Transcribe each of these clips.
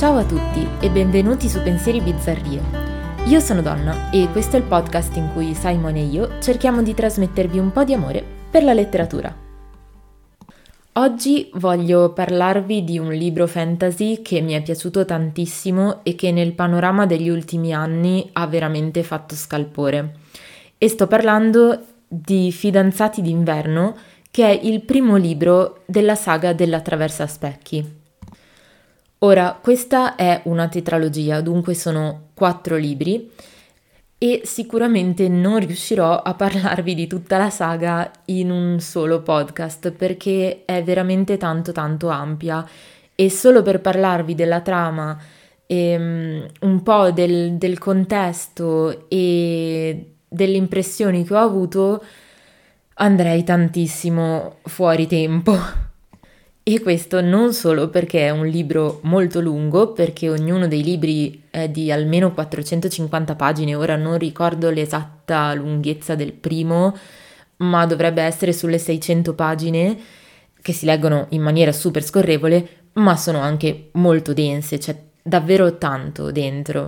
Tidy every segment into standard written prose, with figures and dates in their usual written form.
Ciao a tutti e benvenuti su Pensieri Bizzarrie. Io sono Donna e questo è il podcast in cui Simon e io cerchiamo di trasmettervi un po' di amore per la letteratura. Oggi voglio parlarvi di un libro fantasy che mi è piaciuto tantissimo e che nel panorama degli ultimi anni ha veramente fatto scalpore. E sto parlando di Fidanzati d'inverno, che è il primo libro della saga della Traversa Specchi. Ora, questa è una tetralogia, dunque sono 4 libri e sicuramente non riuscirò a parlarvi di tutta la saga in un solo podcast perché è veramente tanto ampia e solo per parlarvi della trama e un po' del contesto e delle impressioni che ho avuto andrei tantissimo fuori tempo. E questo non solo perché è un libro molto lungo, perché ognuno dei libri è di almeno 450 pagine, ora non ricordo l'esatta lunghezza del primo, ma dovrebbe essere sulle 600 pagine, che si leggono in maniera super scorrevole, ma sono anche molto dense, c'è davvero tanto dentro.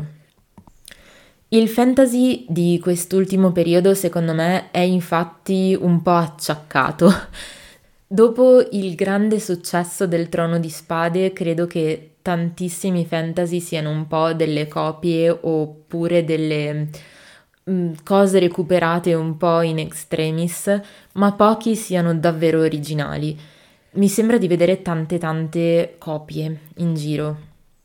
Il fantasy di quest'ultimo periodo, secondo me, è infatti un po' acciaccato. Dopo il grande successo del Trono di Spade, credo che tantissimi fantasy siano un po' delle copie oppure delle cose recuperate un po' in extremis, ma pochi siano davvero originali. Mi sembra di vedere tante copie in giro.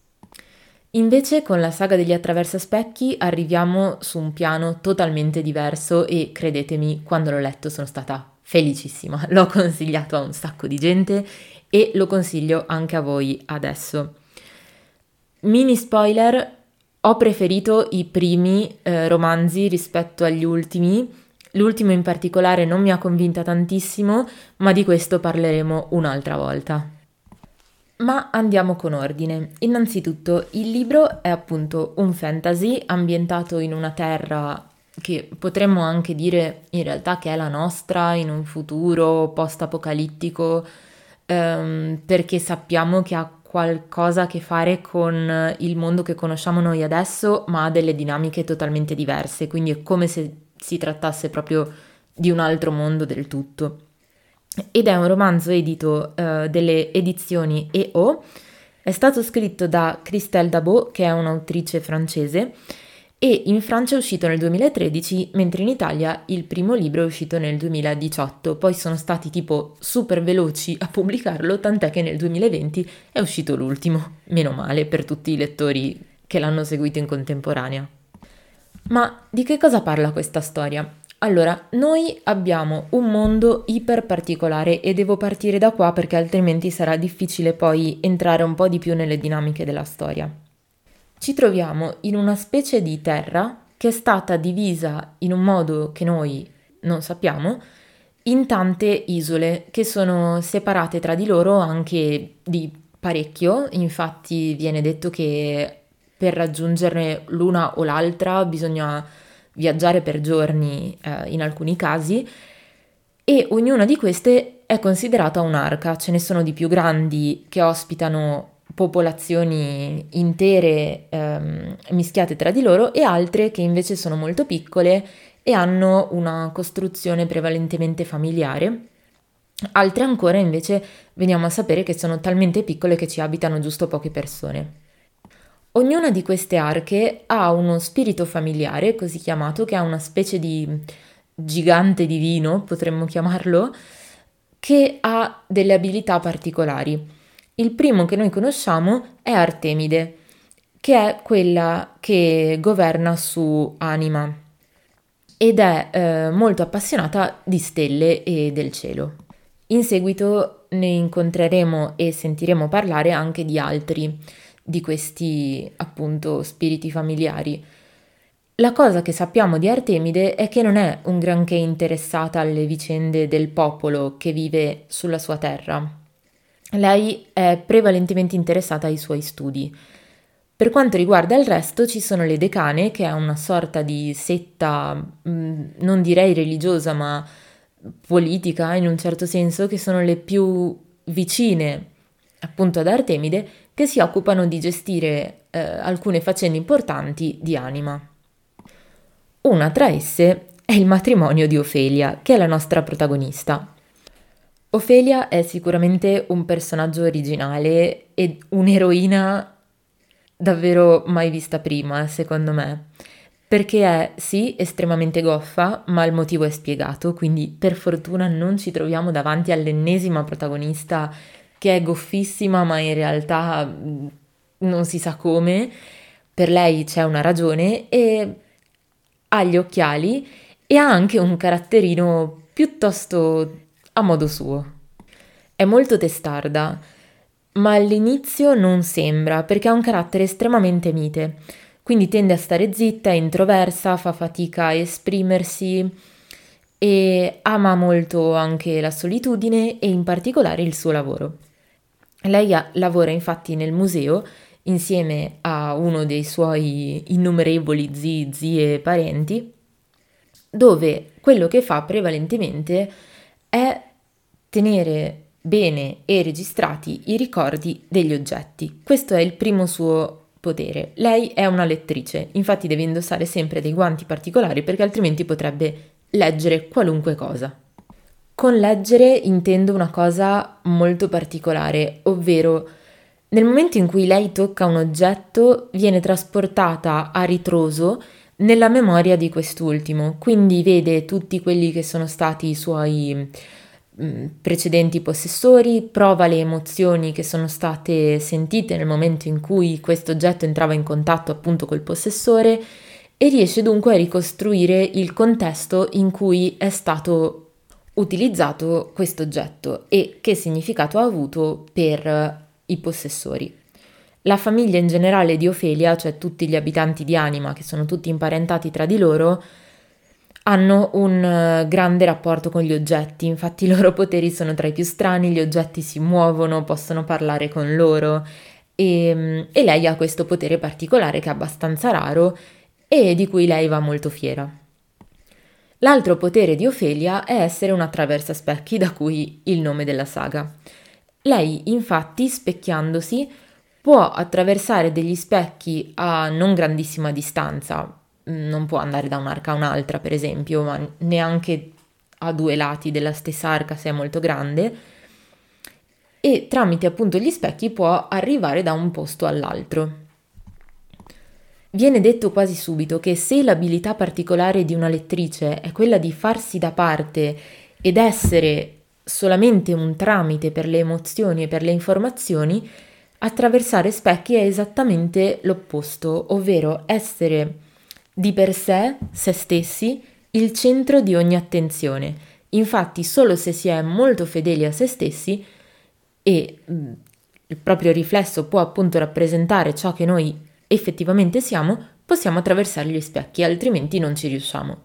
Invece con la saga degli attraversaspecchi arriviamo su un piano totalmente diverso e credetemi, quando l'ho letto sono stata felicissima. L'ho consigliato a un sacco di gente e lo consiglio anche a voi adesso. Mini spoiler, ho preferito i primi romanzi rispetto agli ultimi. L'ultimo in particolare non mi ha convinta tantissimo, ma di questo parleremo un'altra volta. Ma andiamo con ordine. Innanzitutto, il libro è appunto un fantasy ambientato in una terra che potremmo anche dire in realtà che è la nostra, in un futuro post-apocalittico, perché sappiamo che ha qualcosa a che fare con il mondo che conosciamo noi adesso, ma ha delle dinamiche totalmente diverse, quindi è come se si trattasse proprio di un altro mondo del tutto. Ed è un romanzo edito delle edizioni EO, è stato scritto da Christelle Dabo, che è un'autrice francese, e in Francia è uscito nel 2013, mentre in Italia il primo libro è uscito nel 2018, poi sono stati tipo super veloci a pubblicarlo, tant'è che nel 2020 è uscito l'ultimo, meno male per tutti i lettori che l'hanno seguito in contemporanea. Ma di che cosa parla questa storia? Allora, noi abbiamo un mondo iper particolare e devo partire da qua perché altrimenti sarà difficile poi entrare un po' di più nelle dinamiche della storia. Ci troviamo in una specie di terra che è stata divisa in un modo che noi non sappiamo in tante isole che sono separate tra di loro anche di parecchio, infatti viene detto che per raggiungerne l'una o l'altra bisogna viaggiare per giorni in alcuni casi e ognuna di queste è considerata un'arca, ce ne sono di più grandi che ospitano popolazioni intere mischiate tra di loro e altre che invece sono molto piccole e hanno una costruzione prevalentemente familiare. Altre ancora invece veniamo a sapere che sono talmente piccole che ci abitano giusto poche persone. Ognuna di queste arche ha uno spirito familiare, così chiamato, che è una specie di gigante divino, potremmo chiamarlo, che ha delle abilità particolari. Il primo che noi conosciamo è Artemide, che è quella che governa su Anima ed è molto appassionata di stelle e del cielo. In seguito ne incontreremo e sentiremo parlare anche di altri di questi appunto spiriti familiari. La cosa che sappiamo di Artemide è che non è un granché interessata alle vicende del popolo che vive sulla sua terra. Lei è prevalentemente interessata ai suoi studi. Per quanto riguarda il resto ci sono le decane, che è una sorta di setta, non direi religiosa, ma politica in un certo senso, che sono le più vicine appunto ad Artemide, che si occupano di gestire alcune faccende importanti di Anima. Una tra esse è il matrimonio di Ofelia, che è la nostra protagonista. Ofelia è sicuramente un personaggio originale e un'eroina davvero mai vista prima, secondo me, perché è sì estremamente goffa, ma il motivo è spiegato, quindi per fortuna non ci troviamo davanti all'ennesima protagonista che è goffissima, ma in realtà non si sa come. Per lei c'è una ragione e ha gli occhiali e ha anche un caratterino piuttosto a modo suo. È molto testarda, ma all'inizio non sembra perché ha un carattere estremamente mite, quindi tende a stare zitta, è introversa, fa fatica a esprimersi e ama molto anche la solitudine e in particolare il suo lavoro. Lei lavora infatti nel museo insieme a uno dei suoi innumerevoli zii, zie e parenti, dove quello che fa prevalentemente è tenere bene e registrati i ricordi degli oggetti. Questo è il primo suo potere. Lei è una lettrice, infatti deve indossare sempre dei guanti particolari perché altrimenti potrebbe leggere qualunque cosa. Con leggere intendo una cosa molto particolare, ovvero nel momento in cui lei tocca un oggetto viene trasportata a ritroso nella memoria di quest'ultimo, quindi vede tutti quelli che sono stati i suoi precedenti possessori, prova le emozioni che sono state sentite nel momento in cui questo oggetto entrava in contatto appunto col possessore e riesce dunque a ricostruire il contesto in cui è stato utilizzato questo oggetto e che significato ha avuto per i possessori. La famiglia in generale di Ofelia, cioè tutti gli abitanti di Anima, che sono tutti imparentati tra di loro, hanno un grande rapporto con gli oggetti, infatti i loro poteri sono tra i più strani, gli oggetti si muovono, possono parlare con loro e lei ha questo potere particolare che è abbastanza raro e di cui lei va molto fiera. L'altro potere di Ofelia è essere una attraversaspecchi, da cui il nome della saga. Lei, infatti, specchiandosi, può attraversare degli specchi a non grandissima distanza, non può andare da un'arca a un'altra, per esempio, ma neanche a due lati della stessa arca se è molto grande, e tramite appunto gli specchi può arrivare da un posto all'altro. Viene detto quasi subito che se l'abilità particolare di una lettrice è quella di farsi da parte ed essere solamente un tramite per le emozioni e per le informazioni, attraversare specchi è esattamente l'opposto, ovvero essere di per sé, se stessi, il centro di ogni attenzione. Infatti, solo se si è molto fedeli a se stessi e il proprio riflesso può appunto rappresentare ciò che noi effettivamente siamo, possiamo attraversare gli specchi, altrimenti non ci riusciamo.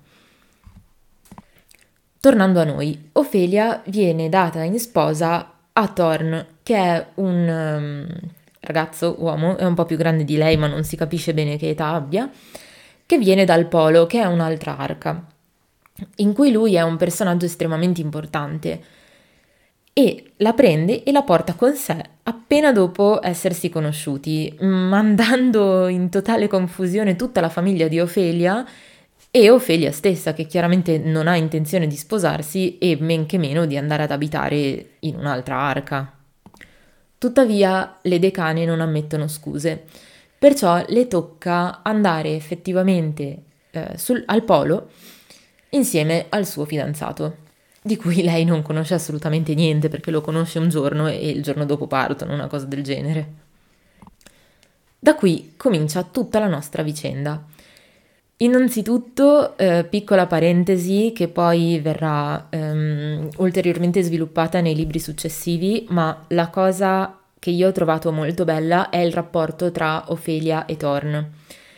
Tornando a noi, Ofelia viene data in sposa a Thorn, che è un ragazzo uomo, è un po' più grande di lei, ma non si capisce bene che età abbia, che viene dal Polo, che è un'altra arca, in cui lui è un personaggio estremamente importante e la prende e la porta con sé appena dopo essersi conosciuti, mandando in totale confusione tutta la famiglia di Ofelia e Ofelia stessa, che chiaramente non ha intenzione di sposarsi e men che meno di andare ad abitare in un'altra arca. Tuttavia le decane non ammettono scuse, perciò le tocca andare effettivamente al Polo insieme al suo fidanzato, di cui lei non conosce assolutamente niente perché lo conosce un giorno e il giorno dopo partono, una cosa del genere. Da qui comincia tutta la nostra vicenda. Innanzitutto, piccola parentesi che poi verrà ulteriormente sviluppata nei libri successivi, ma la cosa che io ho trovato molto bella è il rapporto tra Ofelia e Thorn.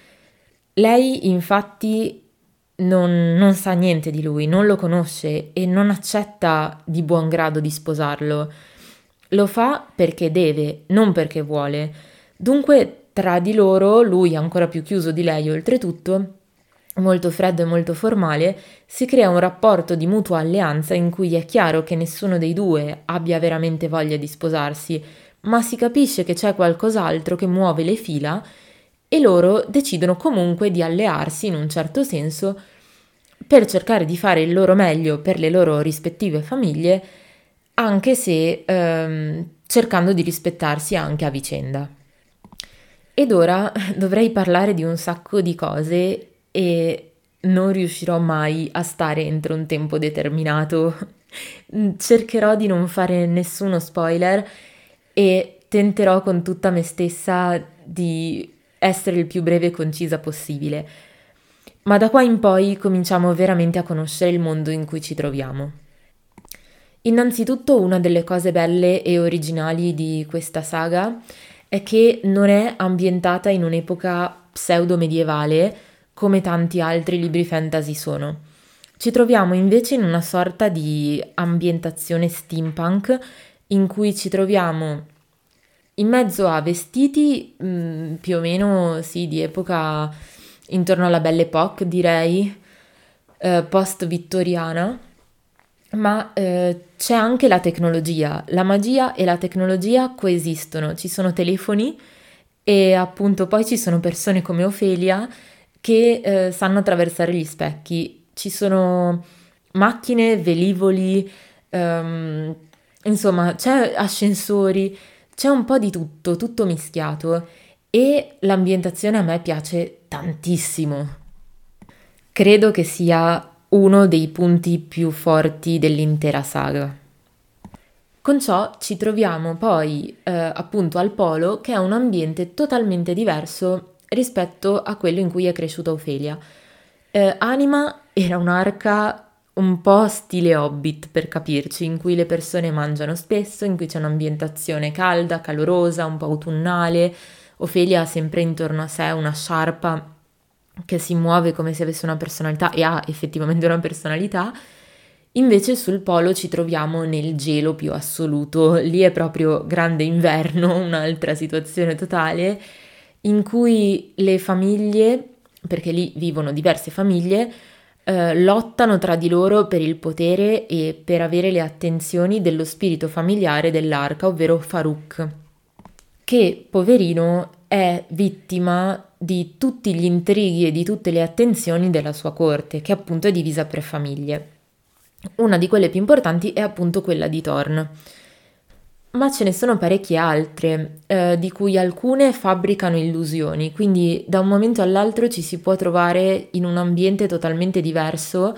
Lei infatti non sa niente di lui, non lo conosce e non accetta di buon grado di sposarlo. Lo fa perché deve, non perché vuole. Dunque, tra di loro, lui ancora più chiuso di lei oltretutto, molto freddo e molto formale, si crea un rapporto di mutua alleanza in cui è chiaro che nessuno dei due abbia veramente voglia di sposarsi, ma si capisce che c'è qualcos'altro che muove le fila e loro decidono comunque di allearsi in un certo senso per cercare di fare il loro meglio per le loro rispettive famiglie, anche se cercando di rispettarsi anche a vicenda. Ed ora dovrei parlare di un sacco di cose e non riuscirò mai a stare entro un tempo determinato. Cercherò di non fare nessuno spoiler e tenterò con tutta me stessa di essere il più breve e concisa possibile. Ma da qua in poi cominciamo veramente a conoscere il mondo in cui ci troviamo. Innanzitutto una delle cose belle e originali di questa saga è che non è ambientata in un'epoca pseudo-medievale come tanti altri libri fantasy sono. Ci troviamo invece in una sorta di ambientazione steampunk in cui ci troviamo in mezzo a vestiti più o meno sì, di epoca intorno alla Belle Époque, direi, post-vittoriana, ma c'è anche la tecnologia, la magia e la tecnologia coesistono, ci sono telefoni e appunto poi ci sono persone come Ofelia che sanno attraversare gli specchi, ci sono macchine, velivoli, insomma c'è ascensori, c'è un po' di tutto, tutto mischiato e l'ambientazione a me piace tantissimo. Credo che sia uno dei punti più forti dell'intera saga. Con ciò ci troviamo poi appunto al Polo, che è un ambiente totalmente diverso rispetto a quello in cui è cresciuta Ofelia. Anima era un'arca un po' stile Hobbit, per capirci, in cui le persone mangiano spesso, in cui c'è un'ambientazione calda, calorosa, un po' autunnale. Ofelia ha sempre intorno a sé una sciarpa che si muove come se avesse una personalità e ha effettivamente una personalità. Invece sul polo ci troviamo nel gelo più assoluto, lì è proprio grande inverno, un'altra situazione totale, in cui le famiglie, perché lì vivono diverse famiglie, lottano tra di loro per il potere e per avere le attenzioni dello spirito familiare dell'arca, ovvero Farouk, che poverino è vittima di tutti gli intrighi e di tutte le attenzioni della sua corte, che appunto è divisa per famiglie. Una di quelle più importanti è appunto quella di Thorn. Ma ce ne sono parecchie altre, di cui alcune fabbricano illusioni, quindi da un momento all'altro ci si può trovare in un ambiente totalmente diverso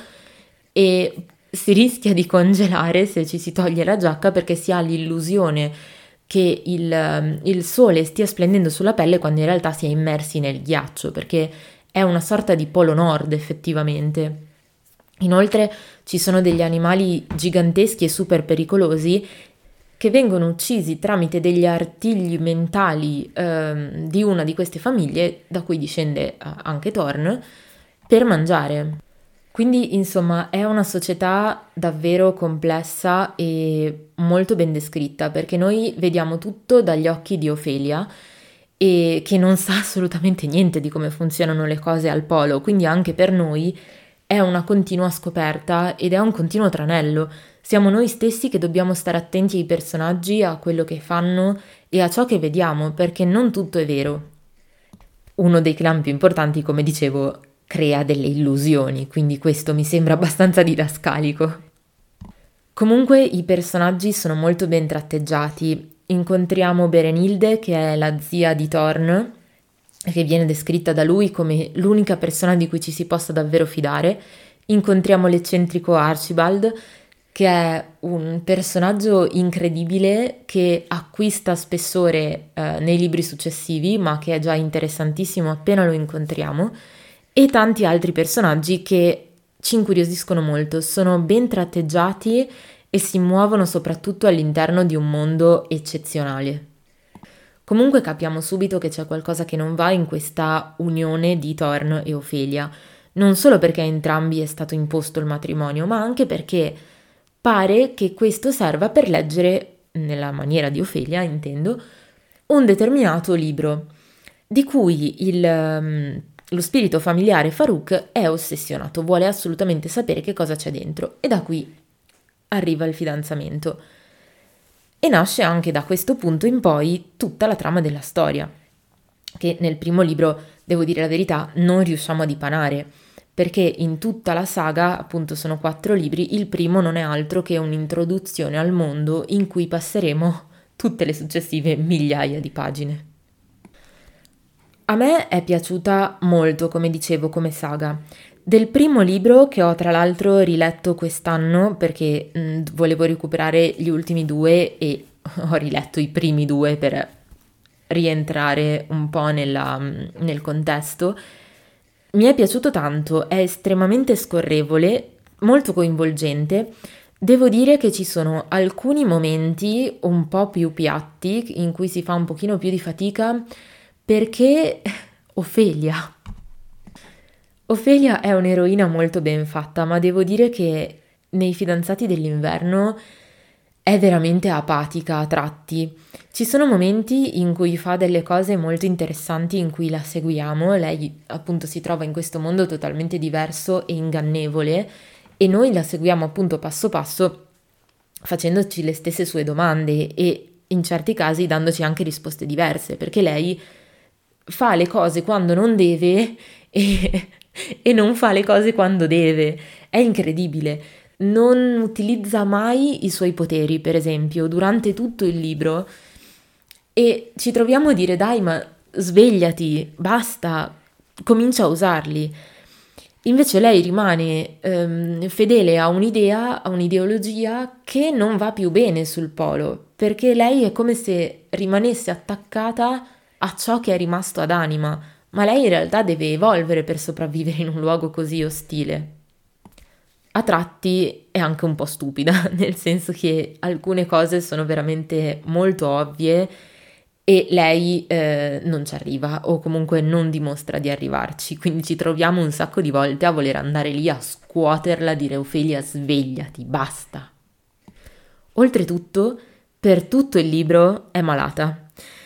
e si rischia di congelare se ci si toglie la giacca perché si ha l'illusione che il sole stia splendendo sulla pelle quando in realtà si è immersi nel ghiaccio, perché è una sorta di polo nord effettivamente. Inoltre ci sono degli animali giganteschi e super pericolosi che vengono uccisi tramite degli artigli mentali di una di queste famiglie, da cui discende anche Thorn, per mangiare. Quindi, insomma, è una società davvero complessa e molto ben descritta, perché noi vediamo tutto dagli occhi di Ofelia e che non sa assolutamente niente di come funzionano le cose al polo, quindi anche per noi è una continua scoperta ed è un continuo tranello. Siamo noi stessi che dobbiamo stare attenti ai personaggi, a quello che fanno e a ciò che vediamo, perché non tutto è vero. Uno dei clan più importanti, come dicevo, crea delle illusioni, quindi questo mi sembra abbastanza didascalico. Comunque i personaggi sono molto ben tratteggiati. Incontriamo Berenilde, che è la zia di Thorn, che viene descritta da lui come l'unica persona di cui ci si possa davvero fidare. Incontriamo l'eccentrico Archibald, che è un personaggio incredibile che acquista spessore nei libri successivi, ma che è già interessantissimo appena lo incontriamo, e tanti altri personaggi che ci incuriosiscono molto, sono ben tratteggiati e si muovono soprattutto all'interno di un mondo eccezionale. Comunque capiamo subito che c'è qualcosa che non va in questa unione di Thorn e Ofelia, non solo perché a entrambi è stato imposto il matrimonio, ma anche perché pare che questo serva per leggere, nella maniera di Ofelia intendo, un determinato libro, di cui lo spirito familiare Farouk è ossessionato, vuole assolutamente sapere che cosa c'è dentro e da qui arriva il fidanzamento. E nasce anche da questo punto in poi tutta la trama della storia, che nel primo libro, devo dire la verità, non riusciamo a dipanare, perché in tutta la saga, appunto sono 4 libri, il primo non è altro che un'introduzione al mondo in cui passeremo tutte le successive migliaia di pagine. A me è piaciuta molto, come dicevo, come saga. Del primo libro, che ho tra l'altro riletto quest'anno perché volevo recuperare gli ultimi 2 e ho riletto i primi 2 per rientrare un po' nel contesto, mi è piaciuto tanto, è estremamente scorrevole, molto coinvolgente. Devo dire che ci sono alcuni momenti un po' più piatti in cui si fa un pochino più di fatica perché Ofelia. Ofelia è un'eroina molto ben fatta, ma devo dire che nei Fidanzati dell'inverno è veramente apatica a tratti. Ci sono momenti in cui fa delle cose molto interessanti in cui la seguiamo, lei appunto si trova in questo mondo totalmente diverso e ingannevole e noi la seguiamo appunto passo passo facendoci le stesse sue domande e in certi casi dandoci anche risposte diverse, perché lei fa le cose quando non deve e, e non fa le cose quando deve. È incredibile. Non utilizza mai i suoi poteri, per esempio, durante tutto il libro e ci troviamo a dire dai, ma svegliati, basta, comincia a usarli. Invece lei rimane fedele a un'idea, a un'ideologia che non va più bene sul polo, perché lei è come se rimanesse attaccata a ciò che è rimasto ad anima, ma lei in realtà deve evolvere per sopravvivere in un luogo così ostile. A tratti è anche un po' stupida, nel senso che alcune cose sono veramente molto ovvie e lei non ci arriva o comunque non dimostra di arrivarci, quindi ci troviamo un sacco di volte a voler andare lì a scuoterla, a dire Ofelia svegliati, basta. Oltretutto, per tutto il libro è malata.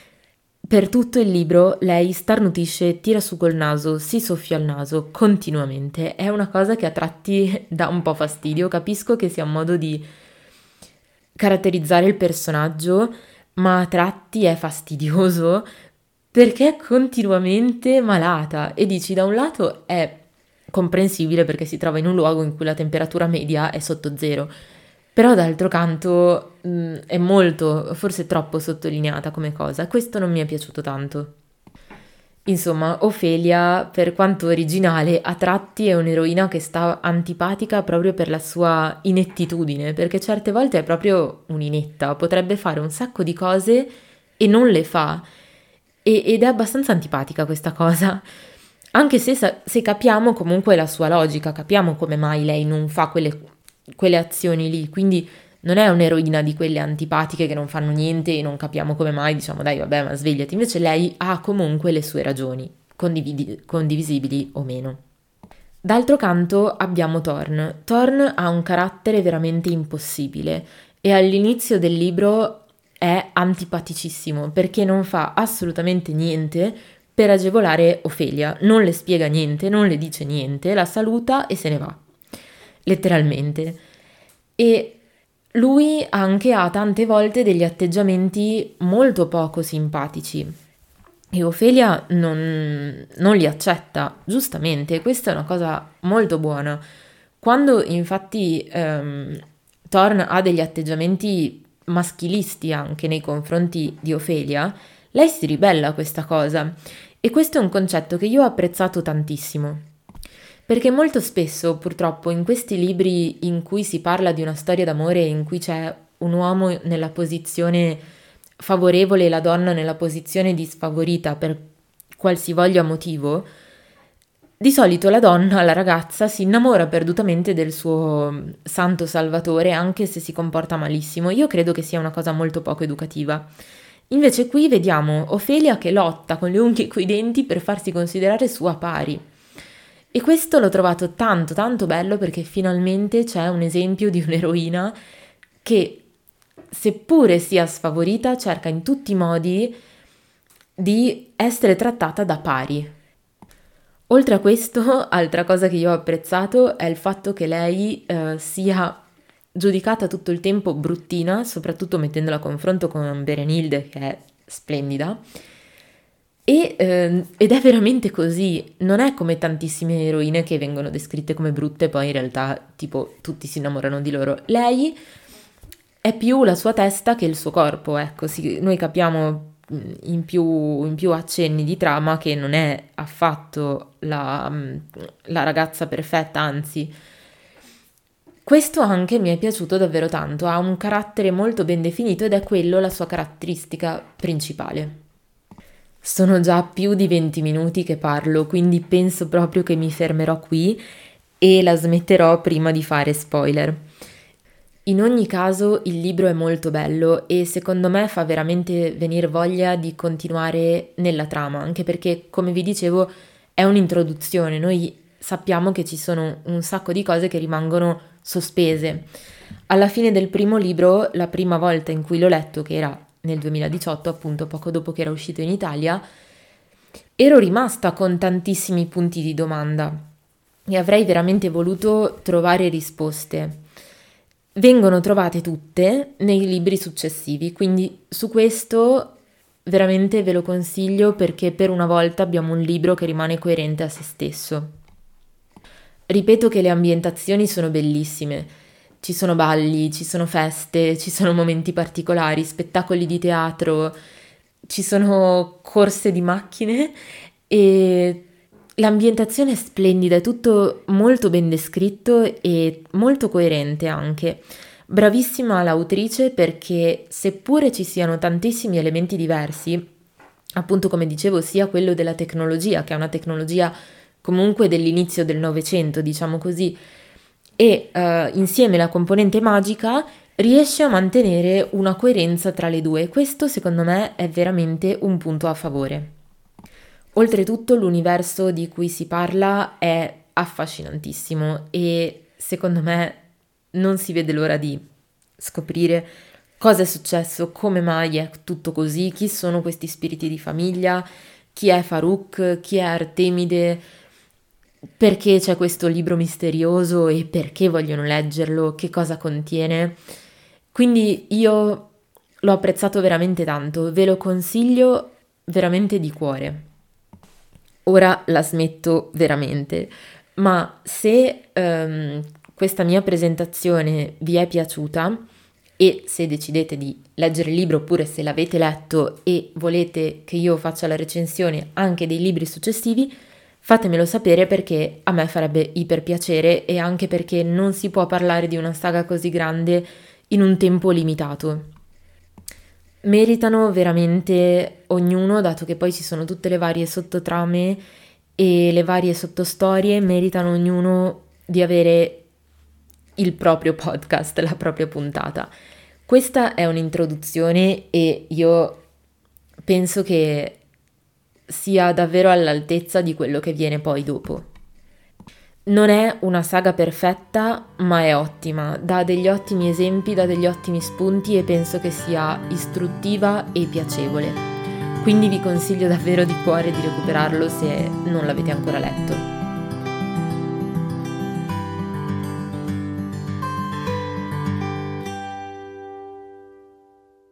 Per tutto il libro lei starnutisce, tira su col naso, si soffia il naso continuamente. È una cosa che a tratti dà un po' fastidio. Capisco che sia un modo di caratterizzare il personaggio, ma a tratti è fastidioso perché è continuamente malata. E dici, da un lato è comprensibile perché si trova in un luogo in cui la temperatura media è sotto zero, però d'altro canto è molto, forse troppo sottolineata come cosa. Questo non mi è piaciuto tanto. Insomma, Ofelia, per quanto originale, a tratti è un'eroina che sta antipatica proprio per la sua inettitudine, perché certe volte è proprio un'inetta, potrebbe fare un sacco di cose e non le fa. Ed è abbastanza antipatica questa cosa. Anche se capiamo comunque la sua logica, capiamo come mai lei non fa quelle azioni lì, quindi non è un'eroina di quelle antipatiche che non fanno niente e non capiamo come mai, diciamo dai vabbè ma svegliati, invece lei ha comunque le sue ragioni, condivisibili o meno. D'altro canto abbiamo Thorn. Thorn ha un carattere veramente impossibile e all'inizio del libro è antipaticissimo perché non fa assolutamente niente per agevolare Ofelia, non le spiega niente, non le dice niente, la saluta e se ne va, letteralmente. E lui anche ha tante volte degli atteggiamenti molto poco simpatici e Ofelia non li accetta, giustamente, questa è una cosa molto buona. Quando infatti Thorn ha degli atteggiamenti maschilisti anche nei confronti di Ofelia, lei si ribella a questa cosa e questo è un concetto che io ho apprezzato tantissimo. Perché molto spesso, purtroppo, in questi libri in cui si parla di una storia d'amore in cui c'è un uomo nella posizione favorevole e la donna nella posizione di sfavorita per qualsivoglia motivo, di solito la donna, la ragazza, si innamora perdutamente del suo santo salvatore anche se si comporta malissimo. Io credo che sia una cosa molto poco educativa. Invece qui vediamo Ofelia che lotta con le unghie e coi denti per farsi considerare sua pari. E questo l'ho trovato tanto tanto bello perché finalmente c'è un esempio di un'eroina che, seppure sia sfavorita, cerca in tutti i modi di essere trattata da pari. Oltre a questo, altra cosa che io ho apprezzato è il fatto che lei sia giudicata tutto il tempo bruttina, soprattutto mettendola a confronto con Berenilde, che è splendida. Ed è veramente così, non è come tantissime eroine che vengono descritte come brutte, poi in realtà tipo tutti si innamorano di loro. Lei è più la sua testa che il suo corpo, ecco, noi capiamo in più accenni di trama che non è affatto la ragazza perfetta, anzi. Questo anche mi è piaciuto davvero tanto, ha un carattere molto ben definito ed è quello la sua caratteristica principale. Sono già più di 20 minuti che parlo, quindi penso proprio che mi fermerò qui e la smetterò prima di fare spoiler. In ogni caso il libro è molto bello e secondo me fa veramente venire voglia di continuare nella trama, anche perché, come vi dicevo, è un'introduzione. Noi sappiamo che ci sono un sacco di cose che rimangono sospese. Alla fine del primo libro, la prima volta in cui l'ho letto, che era nel 2018, appunto poco dopo che era uscito in Italia, ero rimasta con tantissimi punti di domanda e avrei veramente voluto trovare risposte. Vengono trovate tutte nei libri successivi, quindi su questo veramente ve lo consiglio perché per una volta abbiamo un libro che rimane coerente a se stesso. Ripeto che le ambientazioni sono bellissime, ci sono balli, ci sono feste, ci sono momenti particolari, spettacoli di teatro, ci sono corse di macchine e l'ambientazione è splendida, è tutto molto ben descritto e molto coerente anche. Bravissima l'autrice perché seppure ci siano tantissimi elementi diversi, appunto come dicevo, sia quello della tecnologia, che è una tecnologia comunque dell'inizio del Novecento, diciamo così, e insieme la componente magica riesce a mantenere una coerenza tra le due. Questo secondo me è veramente un punto a favore. Oltretutto l'universo di cui si parla è affascinantissimo e secondo me non si vede l'ora di scoprire cosa è successo, come mai è tutto così, chi sono questi spiriti di famiglia, chi è Farouk, chi è Artemide, perché c'è questo libro misterioso e perché vogliono leggerlo, che cosa contiene. Quindi io l'ho apprezzato veramente tanto, ve lo consiglio veramente di cuore. Ora la smetto veramente, ma se questa mia presentazione vi è piaciuta e se decidete di leggere il libro oppure se l'avete letto e volete che io faccia la recensione anche dei libri successivi, fatemelo sapere perché a me farebbe iper piacere e anche perché non si può parlare di una saga così grande in un tempo limitato. Meritano veramente ognuno, dato che poi ci sono tutte le varie sottotrame e le varie sottostorie, meritano ognuno di avere il proprio podcast, la propria puntata. Questa è un'introduzione e io penso che sia davvero all'altezza di quello che viene poi dopo. Non è una saga perfetta, ma è ottima, dà degli ottimi esempi, dà degli ottimi spunti e penso che sia istruttiva e piacevole. Quindi vi consiglio davvero di cuore di recuperarlo se non l'avete ancora letto.